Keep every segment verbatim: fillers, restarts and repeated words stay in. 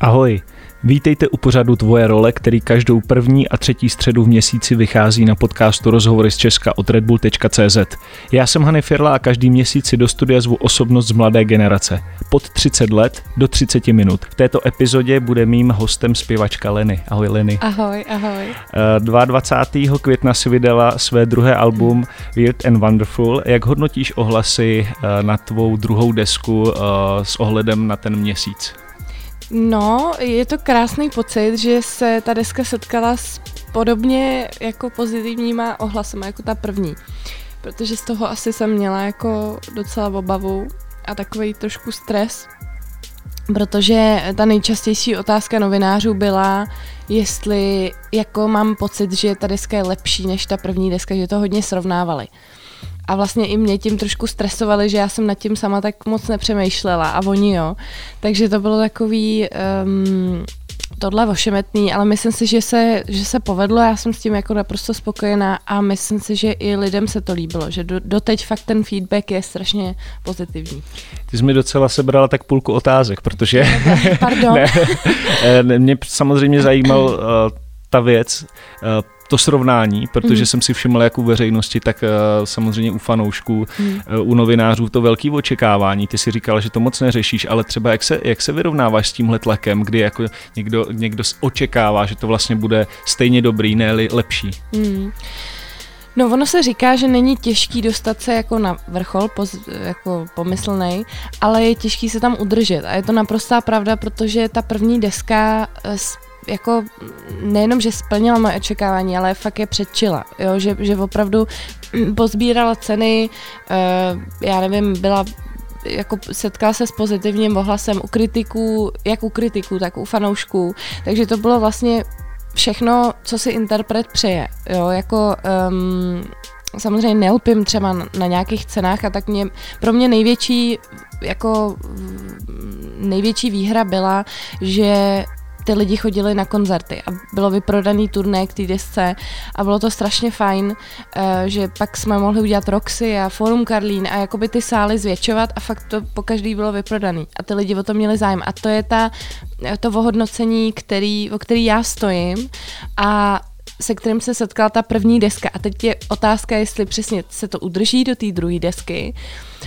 Ahoj, vítejte u pořadu Tvoje role, který každou první a třetí středu v měsíci vychází na podcastu Rozhovory z Česka od redbull tečka cé zet. Já jsem Hany Firla a každý měsíc si do studia zvu osobnost z mladé generace. Pod třicet let do třicet minut. V této epizodě bude mým hostem zpěvačka Lenny. Ahoj Lenny. Ahoj, ahoj. dvacátého druhého května si vydala své druhé album Weird and Wonderful. Jak hodnotíš ohlasy na tvou druhou desku s ohledem na ten měsíc? No, je to krásný pocit, že se ta deska setkala s podobně jako pozitivníma ohlasama jako ta první. Protože z toho asi jsem měla jako docela obavu a takový trošku stres. Protože ta nejčastější otázka novinářů byla, jestli jako mám pocit, že ta deska je lepší než ta první deska, že to hodně srovnávali. A vlastně i mě tím trošku stresovali, že já jsem nad tím sama tak moc nepřemýšlela a oni jo. Takže to bylo takový um, tohle ošemetný, ale myslím si, že se, že se povedlo, já jsem s tím jako naprosto spokojená a myslím si, že i lidem se to líbilo, že do, doteď fakt ten feedback je strašně pozitivní. Ty jsi mi docela sebrala tak půlku otázek, protože Pardon. ne, mě samozřejmě zajímal uh, ta věc, uh, to srovnání, protože mm. jsem si všiml jak u veřejnosti, tak uh, samozřejmě u fanoušků, mm. uh, u novinářů to velký očekávání. Ty si říkala, že to moc neřešíš, ale třeba jak se, jak se vyrovnáváš s tímhle tlakem, kdy jako někdo, někdo očekává, že to vlastně bude stejně dobrý, ne lepší? Mm. No ono se říká, že není těžký dostat se jako na vrchol, poz, jako pomyslnej, ale je těžký se tam udržet a je to naprostá pravda, protože ta první deska jako nejenom, že splnila moje očekávání, ale fakt je předčila, jo? Že, že opravdu pozbírala ceny, uh, já nevím, byla jako setkala se s pozitivním ohlasem u kritiků, jak u kritiků, tak u fanoušků, takže to bylo vlastně všechno, co si interpret přeje, jo, jako um, samozřejmě nelpím třeba na, na nějakých cenách a tak mě, pro mě největší jako největší výhra byla, že ty lidi chodili na koncerty a bylo vyprodaný turné k té desce a bylo to strašně fajn, že pak jsme mohli udělat Roxy a Forum Karlín a jakoby ty sály zvětšovat a fakt to po každý bylo vyprodaný a ty lidi o to měli zájem a to je ta, to ohodnocení, který, o který já stojím a se kterým se setkala ta první deska a teď je otázka, jestli přesně se to udrží do té druhé desky,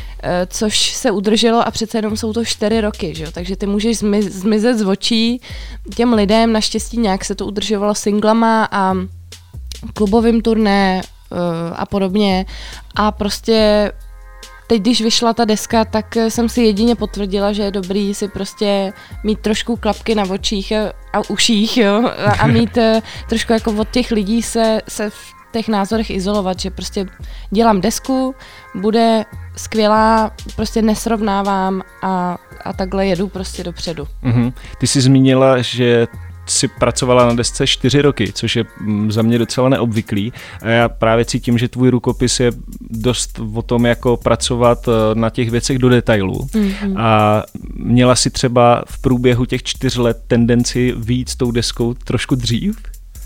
což se udrželo a přece jenom jsou to čtyři roky, že jo? Takže ty můžeš zmiz, zmizet z očí těm lidem, naštěstí nějak se to udržovalo singlama a klubovým turné uh, a podobně a prostě teď, když vyšla ta deska, tak jsem si jedině potvrdila, že je dobrý si prostě mít trošku klapky na očích a uších, jo? A, a mít uh, trošku jako od těch lidí se, se v těch názorech izolovat, že prostě dělám desku, bude skvělá, prostě nesrovnávám a, a takhle jedu prostě dopředu. Mm-hmm. Ty jsi zmínila, že jsi pracovala na desce čtyři roky, což je za mě docela neobvyklý. A já právě cítím, že tvůj rukopis je dost o tom, jako pracovat na těch věcech do detailů. Mm-hmm. A měla jsi třeba v průběhu těch čtyř let tendenci vyjít s tou deskou trošku dřív?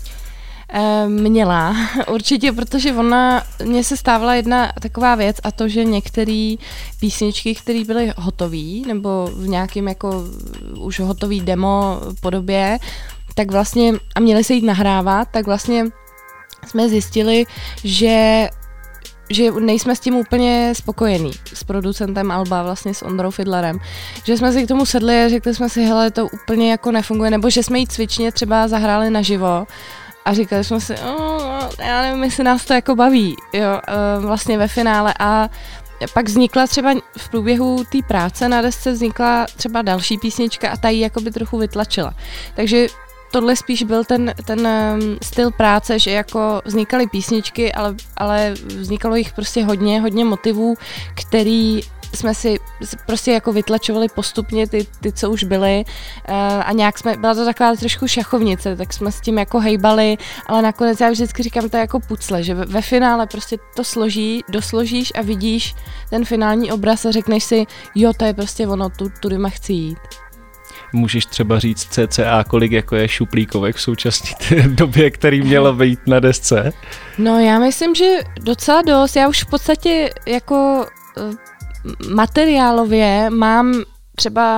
Měla, určitě, protože ona, mně se stávala jedna taková věc a to, že některé písničky, které byly hotové nebo v nějakém jako už hotový demo podobě, tak vlastně, a měly se jít nahrávat, tak vlastně jsme zjistili, že že nejsme s tím úplně spokojení s producentem alba, vlastně s Ondrou Fidlerem. Že jsme si k tomu sedli a řekli jsme si, hele, to úplně jako nefunguje, nebo že jsme jí cvičně třeba zahráli naživo a říkali jsme si, oh, já nevím, jestli nás to jako baví, jo, vlastně ve finále a pak vznikla třeba v průběhu té práce na desce vznikla třeba další písnička a ta ji jakoby trochu vytlačila. Takže tohle spíš byl ten, ten styl práce, že jako vznikaly písničky, ale, ale vznikalo jich prostě hodně, hodně motivů, který jsme si prostě jako vytlačovali postupně ty, ty co už byly a nějak jsme, byla to taková trošku šachovnice, tak jsme s tím jako hejbali, ale nakonec já vždycky říkám, to je jako pucle, že ve, ve finále prostě to složí, dosložíš a vidíš ten finální obraz a řekneš si, jo, to je prostě ono, tu, tudyma chci jít. Můžeš třeba říct cca, kolik jako je šuplíkovek v současné době, který mělo být na desce? No já myslím, že docela dost. Já už v podstatě jako materiálově mám třeba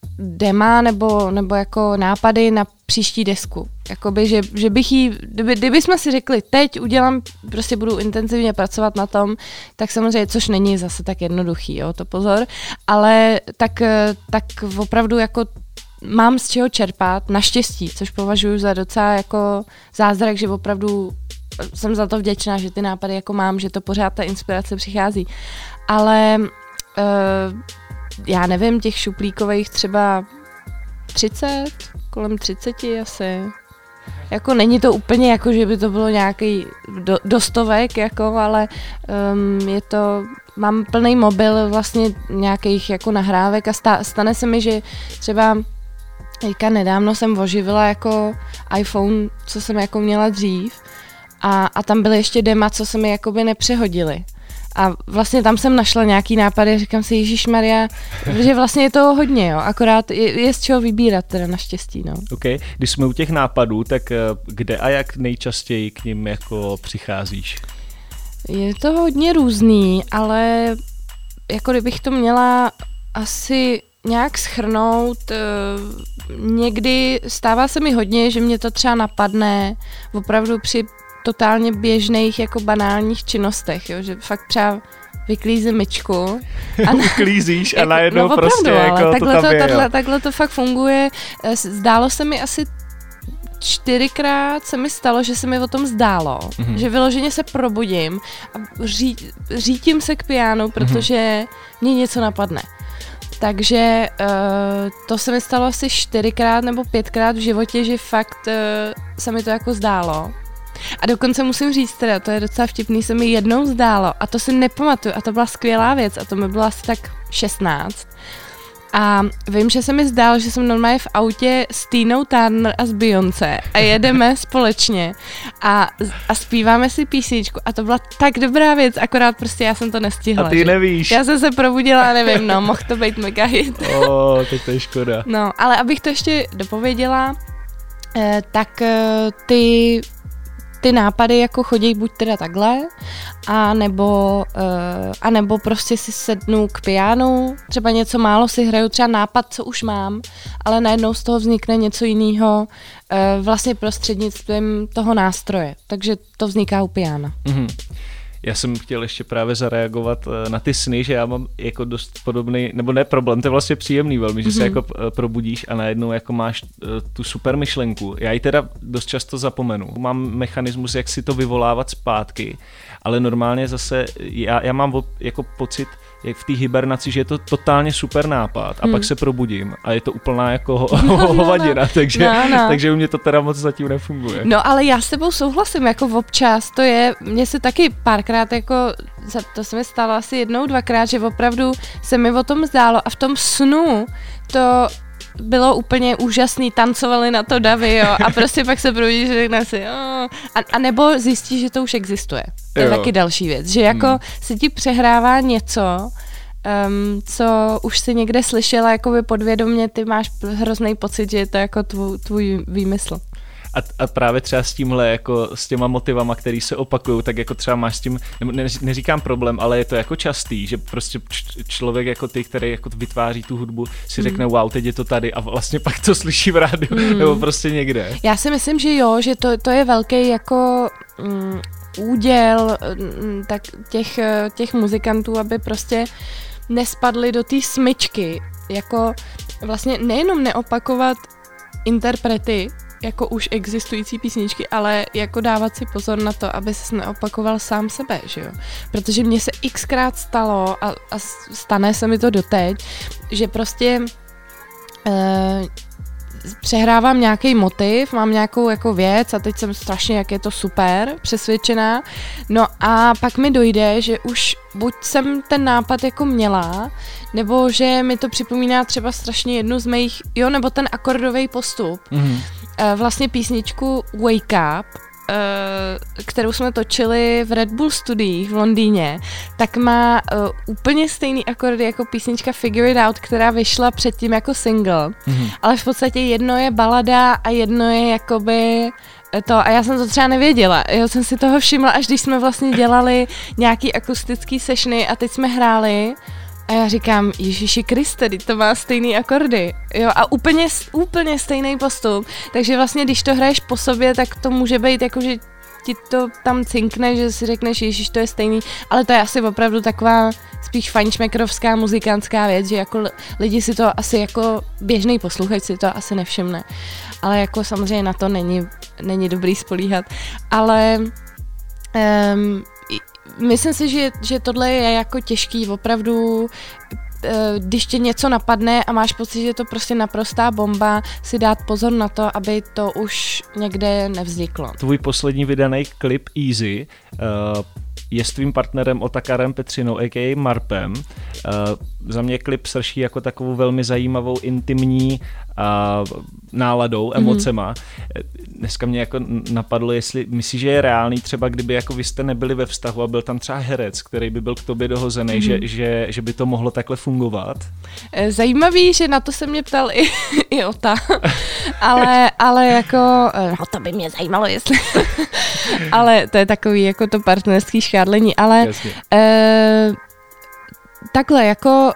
dema nebo, nebo jako nápady na příští desku. Jakoby, že, že bych jí, kdyby, kdyby jsme si řekli, teď udělám, prostě budu intenzivně pracovat na tom, tak samozřejmě, což není zase tak jednoduchý, jo, to pozor, ale tak, tak opravdu jako mám z čeho čerpat, naštěstí, což považuji za docela jako zázrak, že opravdu jsem za to vděčná, že ty nápady jako mám, že to pořád ta inspirace přichází. Ale uh, já nevím, těch šuplíkových třeba třicet, kolem třiceti asi. Jako není to úplně jako, že by to bylo nějaký do, dostovek, jako, ale um, je to, mám plný mobil vlastně nějakých jako nahrávek a sta, stane se mi, že třeba teďka nedávno jsem oživila jako iPhone, co jsem jako měla dřív a, a tam byly ještě dema, co se mi jakoby nepřehodily. A vlastně tam jsem našla nějaký nápady, říkám si, ježišmarja, že vlastně je toho hodně, jo, akorát je, je z čeho vybírat teda naštěstí, no. OK, když jsme u těch nápadů, tak kde a jak nejčastěji k nim jako přicházíš? Je to hodně různý, ale jako kdybych to měla asi nějak shrnout, někdy stává se mi hodně, že mě to třeba napadne opravdu při totálně běžných jako banálních činnostech, jo? Že fakt třeba vyklízím myčku. A na... Uklízíš a najednou no, opravdu, prostě jako takhle to tam to, je. takhle, takhle to fakt funguje. Zdálo se mi asi čtyřikrát se mi stalo, že se mi o tom zdálo, mm-hmm. že vyloženě se probudím a ří, řítím se k pianu, protože mm-hmm. mě něco napadne. Takže uh, to se mi stalo asi čtyřikrát nebo pětkrát v životě, že fakt uh, se mi to jako zdálo. A dokonce musím říct teda, to je docela vtipný, se mi jednou zdálo a to si nepamatuju a to byla skvělá věc a to mi bylo asi tak šestnáct. A vím, že se mi zdálo, že jsem normálně v autě s Tinou Turner a s Beyoncé a jedeme společně a, a zpíváme si písničku a to byla tak dobrá věc, akorát prostě já jsem to nestihla. A ty nevíš. Já jsem se probudila a nevím, no, mohl to být mega hit. O, teď to je škoda. No, ale abych to ještě dopověděla, eh, tak eh, ty... ty nápady jako chodí buď teda takhle, a nebo, uh, a nebo prostě si sednu k pianu, třeba něco málo si hraju, třeba nápad, co už mám, ale najednou z toho vznikne něco jiného uh, vlastně prostřednictvím toho nástroje, takže to vzniká u piana. Mm-hmm. Já jsem chtěl ještě právě zareagovat na ty sny, že já mám jako dost podobný, nebo ne problém, to je vlastně příjemný velmi, že mm-hmm. se jako probudíš a najednou jako máš tu super myšlenku. Já ji teda dost často zapomenu. Mám mechanismus, jak si to vyvolávat zpátky, ale normálně zase já, já mám jako pocit, jak v té hibernaci, že je to totálně super nápad a hmm. pak se probudím a je to úplná jako ho- no, no, hovadina, no. takže, no, no. takže u mě to teda moc zatím nefunguje. No ale já s tebou souhlasím, jako občas, to je, mně se taky párkrát jako, to se mi stalo asi jednou, dvakrát, že opravdu se mi o tom zdálo a v tom snu to bylo úplně úžasný, tancovali na to davy, jo, a prostě pak se probudíš, že řekne si, jo, a, a nebo zjistíš, že to už existuje. To je jo. taky další věc, že jako hmm. se ti přehrává něco, um, co už si někde slyšela, jakoby podvědomě, ty máš hrozný pocit, že je to jako tvůj, tvůj výmysl. A, a právě třeba s tímhle, jako s těma motivama, který se opakují, tak jako třeba máš s tím, ne, neříkám problém, ale je to jako častý, že prostě č- člověk jako ty, který jako vytváří tu hudbu, si mm. řekne wow, teď je to tady a vlastně pak to slyší v rádiu mm. nebo prostě někde. Já si myslím, že jo, že to, to je velký jako mm, úděl mm, tak těch, těch muzikantů, aby prostě nespadli do té smyčky, jako vlastně nejenom neopakovat interprety, jako už existující písničky, ale jako dávat si pozor na to, aby ses neopakoval sám sebe, že jo. Protože mně se xkrát stalo a, a stane se mi to doteď, že prostě eh, přehrávám nějaký motiv, mám nějakou jako věc a teď jsem strašně, jak je to super, přesvědčená. No a pak mi dojde, že už buď jsem ten nápad jako měla, nebo že mi to připomíná třeba strašně jednu z mých, jo, nebo ten akordový postup. Mm-hmm. Vlastně písničku Wake Up, kterou jsme točili v Red Bull studiích v Londýně, tak má úplně stejný akordy jako písnička Figure It Out, která vyšla předtím jako single, mm-hmm. ale v podstatě jedno je balada a jedno je jakoby to, a já jsem to třeba nevěděla, já jsem si toho všimla, až když jsme vlastně dělali nějaký akustický sessiony a teď jsme hráli A já říkám, Ježíši Kriste, to má stejný akordy, jo, a úplně, úplně stejný postup, takže vlastně, když to hraješ po sobě, tak to může být jako, že ti to tam cinkne, že si řekneš, Ježíš, to je stejný, ale to je asi opravdu taková spíš fajnšmekrovská muzikantská věc, že jako lidi si to asi jako běžný posluchač si to asi nevšimne, ale jako samozřejmě na to není, není dobrý spolíhat, ale um, myslím si, že, že tohle je jako těžký, opravdu, když tě něco napadne a máš pocit, že je to prostě naprostá bomba, si dát pozor na to, aby to už někde nevzniklo. Tvůj poslední vydaný klip Easy uh, je s tvým partnerem Otakarem Petřinou, a k a. Marpem. Uh, za mě klip srší jako takovou velmi zajímavou, intimní uh, náladou, emocema. Mm-hmm. Dneska mě jako napadlo, jestli myslíš, že je reálný třeba, kdyby jako vy jste nebyli ve vztahu a byl tam třeba herec, který by byl k tobě dohozený, mm-hmm. že, že, že by to mohlo takhle fungovat? Zajímavý, že na to se mě ptal i, i Ota, ale, ale jako, no to by mě zajímalo, jestli, ale to je takový jako to partnerský škádlení, ale eh, takhle jako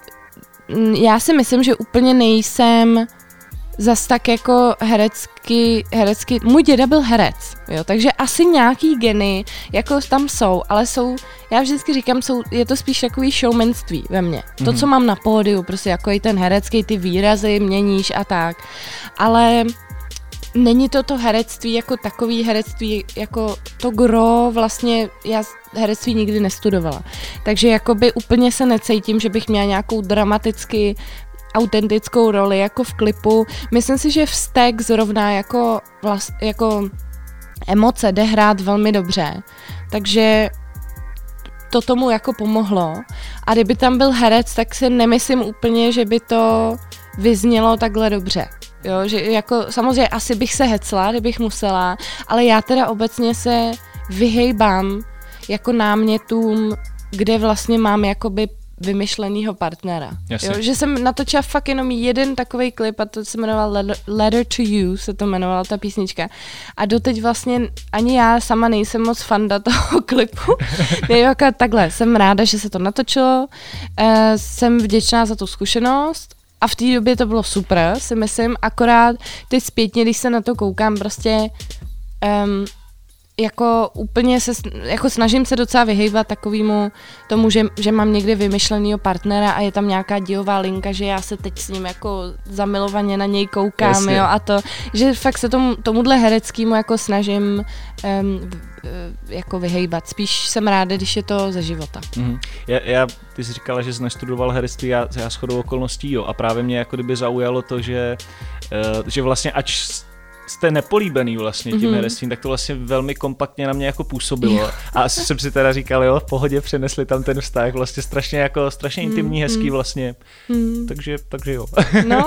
já si myslím, že úplně nejsem zas tak jako herecky, herecky, můj děda byl herec, jo, takže asi nějaký geny jako tam jsou, ale jsou, já vždycky říkám, jsou, je to spíš takový showmanství ve mně, mm-hmm. to, co mám na pódiu, prostě jako i ten herecký, ty výrazy měníš a tak, ale není to to herectví jako takový herectví, jako to gro, vlastně já herectví nikdy nestudovala, takže jakoby úplně se necítím, že bych měla nějakou dramaticky autentickou roli jako v klipu. Myslím si, že vztek zrovna jako, vlast, jako emoce jde hrát velmi dobře, takže to tomu jako pomohlo. A kdyby tam byl herec, tak si nemyslím úplně, že by to vyznělo takhle dobře. Jo, že jako samozřejmě asi bych se hecla, kdybych musela, ale já teda obecně se vyhejbám jako námětům, kde vlastně mám jakoby vymyšlenýho partnera. Jo, že jsem natočila fakt jenom jeden takovej klip a to se jmenoval Letter to You, se to jmenovala ta písnička. A doteď vlastně ani já sama nejsem moc fanda toho klipu. Jako takhle, jsem ráda, že se to natočilo, uh, jsem vděčná za tu zkušenost a v té době to bylo super, si myslím, akorát teď zpětně, když se na to koukám, prostě um, jako úplně se, jako snažím se docela vyhejbat takovému tomu, že, že mám někde vymyšlenýho partnera a je tam nějaká dějová linka, že já se teď s ním jako zamilovaně na něj koukám, jo, a to, že fakt se tomu, tomuhle hereckému jako snažím um, jako vyhejbat. Spíš jsem ráda, když je to ze života. Mm-hmm. Já, já, ty jsi říkala, že jsi nestudoval herectví, já, já shodou okolností, jo, a právě mě jako kdyby zaujalo to, že, uh, že vlastně ač jste nepolíbený vlastně tím mm-hmm. herectvím, tak to vlastně velmi kompaktně na mě jako působilo. Jo. A asi jsem si teda říkal, jo, v pohodě přenesli tam ten vztah, vlastně strašně jako, strašně intimní, mm, hezký vlastně. Mm. Takže, takže jo. No,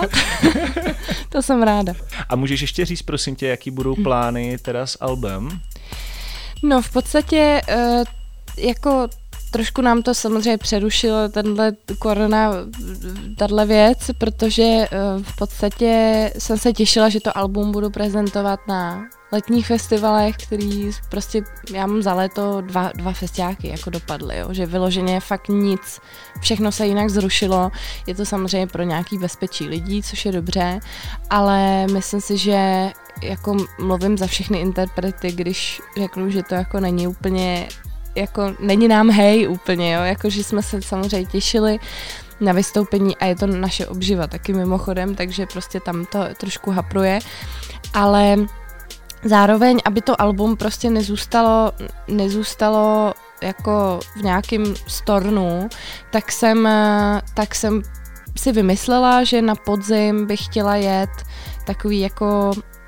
to jsem ráda. A můžeš ještě říct, prosím tě, jaký budou plány teda s albem? No, v podstatě uh, jako trošku nám to samozřejmě přerušilo tenhle korona, tato věc, protože v podstatě jsem se těšila, že to album budu prezentovat na letních festivalech, který prostě, já mám za léto dva, dva festiáky jako dopadly, jo, že vyloženě fakt nic, všechno se jinak zrušilo, je to samozřejmě pro nějaký bezpečí lidí, což je dobře, ale myslím si, že jako mluvím za všechny interprety, když řeknu, že to jako není úplně jako není nám hej úplně, jo, jakože jsme se samozřejmě těšili na vystoupení a je to naše obživa taky mimochodem, takže prostě tam to trošku hapruje, ale zároveň, aby to album prostě nezůstalo, nezůstalo jako v nějakém stornu, tak jsem, tak jsem si vymyslela, že na podzim bych chtěla jet takový jako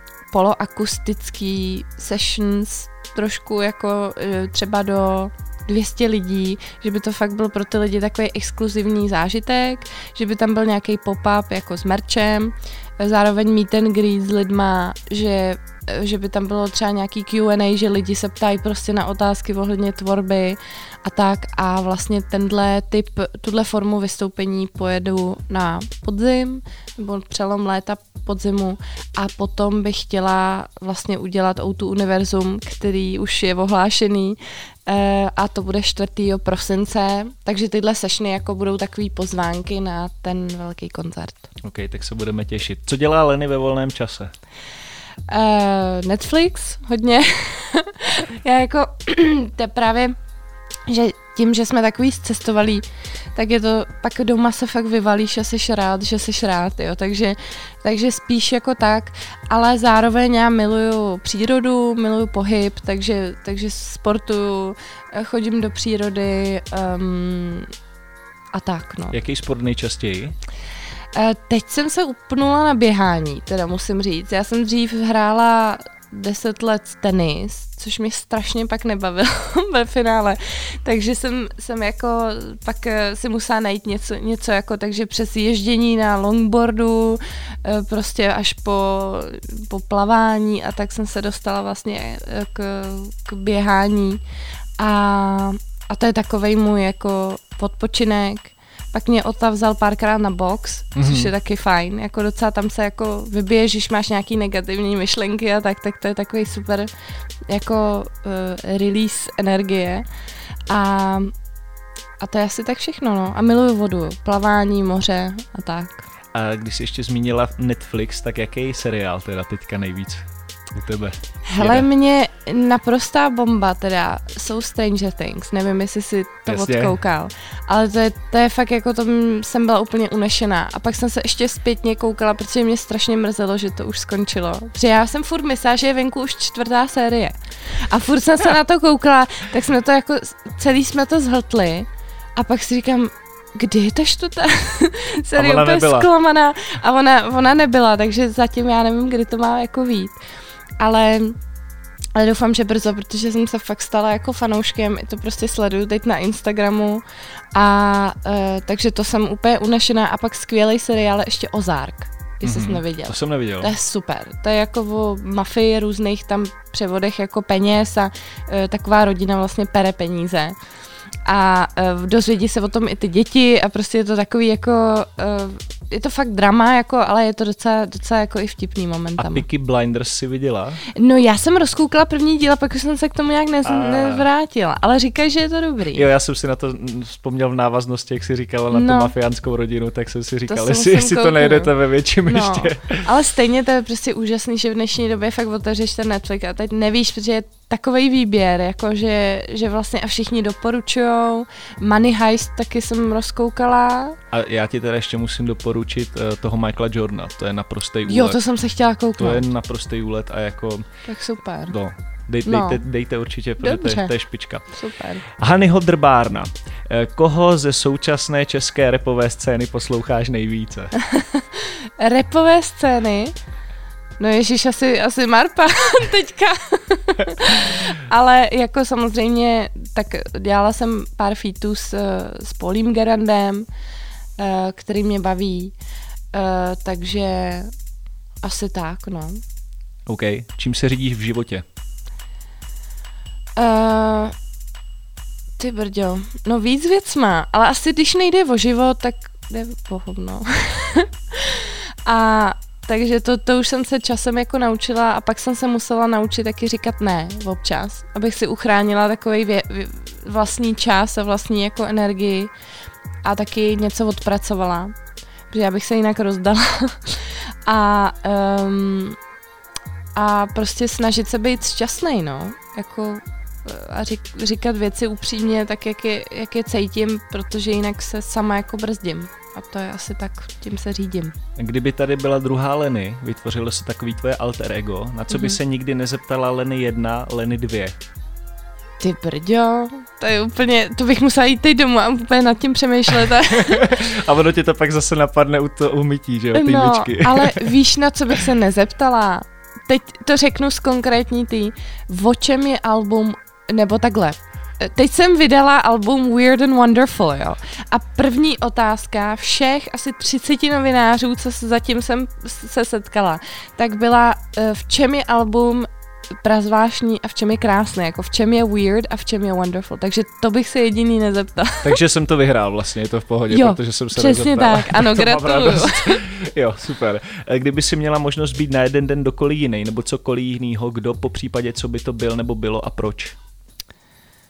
poloakustický sessions, trošku jako třeba do dvě stě lidí, že by to fakt byl pro ty lidi takový exkluzivní zážitek, že by tam byl nějaký pop-up jako s merčem, zároveň meet and greet s lidma, že, že by tam bylo třeba nějaký Q and A, že lidi se ptají prostě na otázky ohledně tvorby a tak a vlastně tenhle typ, tuhle formu vystoupení pojedu na podzim, nebo přelom léta podzimu a potom bych chtěla vlastně udělat O dva Univerzum, který už je ohlášený a to bude čtvrtého prosince, takže tyhle sešny jako budou takový pozvánky na ten velký koncert. OK, tak se budeme těšit. Co dělá Lenny ve volném čase? Uh, Netflix hodně. Já jako to je právě, že tím, že jsme takový zcestovalí, tak je to, pak doma se fakt vyvalíš a jsi rád, že jsi rád, jo, takže, takže spíš jako tak, ale zároveň já miluju přírodu, miluju pohyb, takže, takže sportuju, chodím do přírody um, a tak, no. Jaký sport nejčastěji? Teď jsem se upnula na běhání, teda musím říct. Já jsem dřív hrála deset let tenis, což mě strašně pak nebavilo ve finále, takže jsem, jsem jako pak si musela najít něco, něco jako, takže přes ježdění na longboardu, prostě až po, po plavání a tak jsem se dostala vlastně k, k běhání a, a to je takovej můj jako odpočinek. Pak mě Ota vzal párkrát na box, mm-hmm. což je taky fajn, jako docela tam se jako vybiješ, když máš nějaký negativní myšlenky a tak, tak to je takový super jako uh, release energie a, a to je asi tak všechno, no. A miluju vodu, plavání, moře a tak. A když jsi ještě zmínila Netflix, tak jaký seriál teda teďka nejvíc u tebe? Hele, mě naprostá bomba teda jsou Stranger Things, nevím, jestli si to Jasně. odkoukal, ale to je, to je fakt jako to jsem byla úplně unešená a pak jsem se ještě zpětně koukala, protože mě strašně mrzelo, že to už skončilo, protože já jsem furt myslela, že je venku už čtvrtá série a furt jsem se na to koukala, tak jsme to jako, celý jsme to zhltli a pak si říkám, kdy je ta čtvrtá série úplně zklamaná a ona, ona nebyla, takže zatím já nevím, kdy to má jako vít. Ale, ale doufám, že brzo, protože jsem se fakt stala jako fanouškem, to prostě sleduju teď na Instagramu a uh, takže to jsem úplně unešená a pak skvělej seriál ještě Ozark, jestli mm-hmm. jsi neviděl. To jsem neviděl. To je super, to je jako o mafii různých tam převodech jako peněz a uh, taková rodina vlastně pere peníze. A uh, dozvědí se o tom i ty děti a prostě je to takový jako, uh, je to fakt drama, jako, ale je to docela, docela jako i vtipný momentama. A Peaky Blinders si viděla? No já jsem rozkoukala první díl a pak už jsem se k tomu nějak nez, a... nevrátila, ale říkají, že je to dobrý. Jo, já jsem si na to vzpomněl v návaznosti, jak jsi říkala na no. tu mafiánskou rodinu, tak jsem si říkal, jestli, jestli to nejdete ve větším no. ještě. Ale stejně to je prostě úžasný, že v dnešní době fakt otevřeš ten Netflix a teď nevíš, protože je takovej výběr, jako že, že vlastně a všichni doporučujou. Money Heist taky jsem rozkoukala. A já ti teda ještě musím doporučit uh, toho Michaela Jordana, to je naprostý úlet. Jo, to jsem se chtěla kouknout. To je naprostý úlet a jako... Tak super. No, dej, no. Dejte, dejte určitě, protože to je, to je špička. Super. Hanyho Drbárna, koho ze současné české rapové scény posloucháš nejvíce? Rapové scény? No ježiš, asi, asi Marpa teďka. Ale jako samozřejmě, tak dělala jsem pár featů s, s Paulím Gerandem, který mě baví, takže asi tak, no. OK. Čím se řídíš v životě? Uh, ty brďo, no víc věc má, ale asi když nejde o život, tak jde o hovno. A takže to, to už jsem se časem jako naučila a pak jsem se musela naučit taky říkat ne občas, abych si uchránila takový vě, vě, vlastní čas a vlastní jako energii a taky něco odpracovala, protože já bych se jinak rozdala. a, um, a prostě snažit se být šťastnej, no, jako a řík, říkat věci upřímně tak, jak je, jak je cítím, protože jinak se sama jako brzdím. A to je asi tak, tím se řídím. Kdyby tady byla druhá Lenny, vytvořilo se takový tvoje alter ego, na co by mm-hmm. se nikdy nezeptala Lenny jedna, Lenny dvě? Ty brďo, to je úplně, to bych musela jít teď domů a úplně nad tím přemýšlet. A, a ono ti to pak zase napadne u toho umytí, že jo, ty no, myčky. Ale víš, na co bych se nezeptala? Teď to řeknu z konkrétní tý. O čem je album, nebo takhle. Teď jsem vydala album Weird and Wonderful, jo. A první otázka všech asi třicet novinářů, co se zatím jsem se setkala, tak byla, v čem je album prazvláštní a v čem je krásný, jako v čem je weird a v čem je wonderful. Takže to bych se jediný nezeptal. Takže jsem to vyhrál vlastně, je to v pohodě, jo, protože jsem se přesně nezeptal. tak, ano, gratuluju. Jo, super. Kdyby si měla možnost být na jeden den dokoliv jiný, nebo cokoliv jinýho, kdo po případě, co by to byl nebo bylo a proč?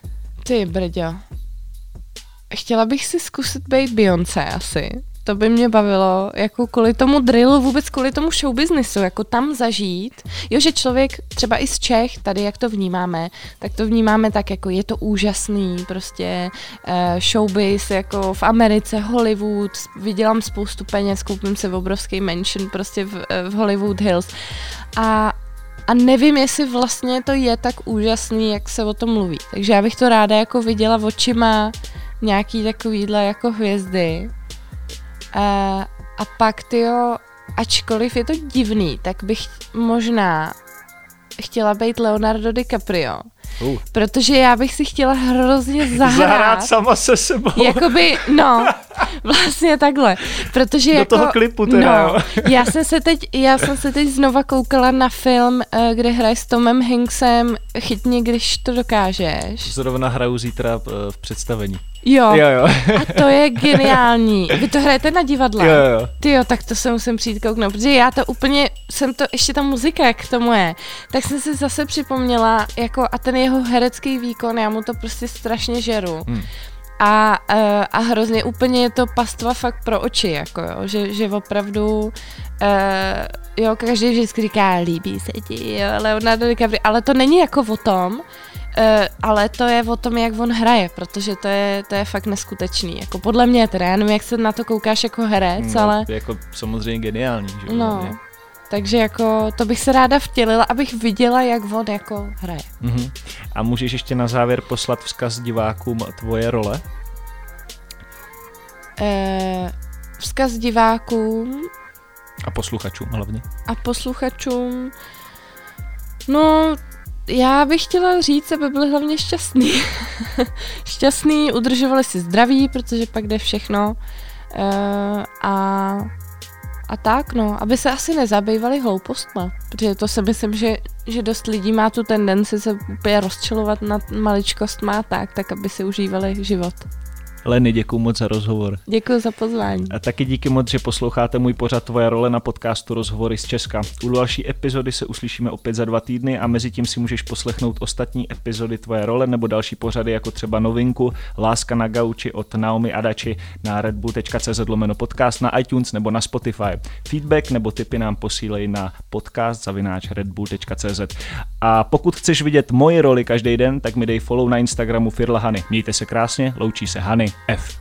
Ty brďo. Chtěla bych si zkusit být Beyoncé asi. To by mě bavilo, jako kvůli tomu drillu, vůbec kvůli tomu showbiznisu, jako tam zažít. Jo, že člověk třeba i z Čech, tady jak to vnímáme, tak to vnímáme tak, jako je to úžasný, prostě uh, showbiz, jako v Americe, Hollywood, vydělám spoustu peněz, koupím si obrovský mansion prostě v, v Hollywood Hills. A A nevím, jestli vlastně to je tak úžasný, jak se o tom mluví. Takže já bych to ráda jako viděla očima nějaký takovýhle jako hvězdy. A, a pak, tyjo, ačkoliv je to divný, tak bych možná chtěla být Leonardo DiCaprio. Uh. Protože já bych si chtěla hrozně zahrát. Zahrát sama se sebou. Jakoby, no, vlastně takhle. Protože do jako, toho klipu teda, no, já jsem se teď, já jsem se teď znova koukala na film, kde hraje s Tomem Hanksem Chytni, když to dokážeš. Zrovna hraju zítra v představení. Jo. jo, jo. A to je geniální. Vy to hrajete na divadle? Jo, jo. Tyjo, tak to se musím přijít kouknout, protože já to úplně, jsem to, ještě ta muzika, jak k tomu je, tak jsem si zase připomněla, jako a ten jeho herecký výkon, já mu to prostě strašně žeru. Hmm. A, a hrozně úplně je to pastva fakt pro oči, jako jo, že, že opravdu, uh, jo, každý vždycky říká, líbí se ti, jo, Leonardo DiCaprio, ale to není jako o tom, Uh, ale to je o tom, jak on hraje, protože to je, to je fakt neskutečný. Jako podle mě teda, já nevím, jak se na to koukáš jako herec, no, ale... jako samozřejmě geniální, že? No, takže jako to bych se ráda vtělila, abych viděla, jak on jako hraje. Uh-huh. A můžeš ještě na závěr poslat vzkaz divákům tvoje role? Uh, vzkaz divákům... A posluchačům hlavně. A posluchačům... No... Já bych chtěla říct, aby byli hlavně šťastný. Šťastný, udržovali si zdraví, protože pak jde všechno. Uh, a, a tak, no, aby se asi nezabývali hloupostma, protože to si myslím, že, že dost lidí má tu tendenci se úplně rozčilovat nad maličkostma tak, tak aby si užívali život. Leny, děkuju moc za rozhovor. Děkuji za pozvání. A taky díky moc, že posloucháte můj pořad Tvoje role na podcastu Rozhovory z Česka. U další epizody se uslyšíme opět za dva týdny a mezi tím si můžeš poslechnout ostatní epizody Tvoje role nebo další pořady, jako třeba novinku Láska na gauči od Naomi Adachi na redbull tečka cz lomeno podcast, na iTunes nebo na Spotify. Feedback nebo tipy nám posílej na podcast zavináč redbull tečka cz. A pokud chceš vidět moji roli každý den, tak mi dej follow na Instagramu Firla Hany. Mějte se krásně, loučí se Hany F.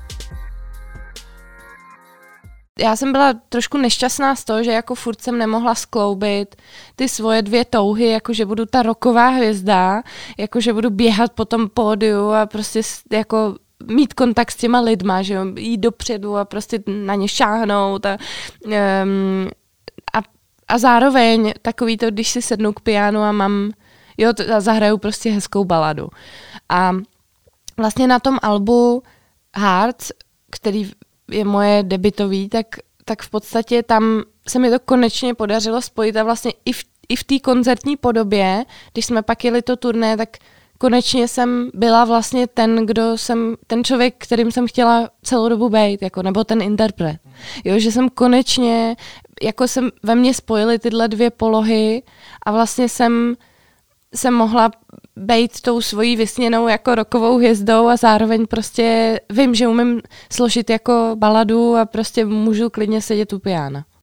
Já jsem byla trošku nešťastná z toho, že jako furt jsem nemohla skloubit ty svoje dvě touhy, jako že budu ta rocková hvězda, jako že budu běhat po tom pódiu a prostě jako mít kontakt s těma lidma, že jo, jít dopředu a prostě na ně šáhnout a, um, a, a zároveň takový to, když si sednu k pianu a mám, jo, a zahraju prostě hezkou baladu. A vlastně na tom albu Hearts, který je moje debutový, tak, tak v podstatě tam se mi to konečně podařilo spojit a vlastně i v, i v té koncertní podobě, když jsme pak jeli to turné, tak konečně jsem byla vlastně ten, kdo jsem, ten člověk, kterým jsem chtěla celou dobu být, jako, nebo ten interpret. Jo, že jsem konečně, jako jsem ve mně spojily tyhle dvě polohy a vlastně jsem jsem mohla být tou svojí vysněnou jako rockovou hvězdou a zároveň prostě vím, že umím složit jako baladu a prostě můžu klidně sedět u piana.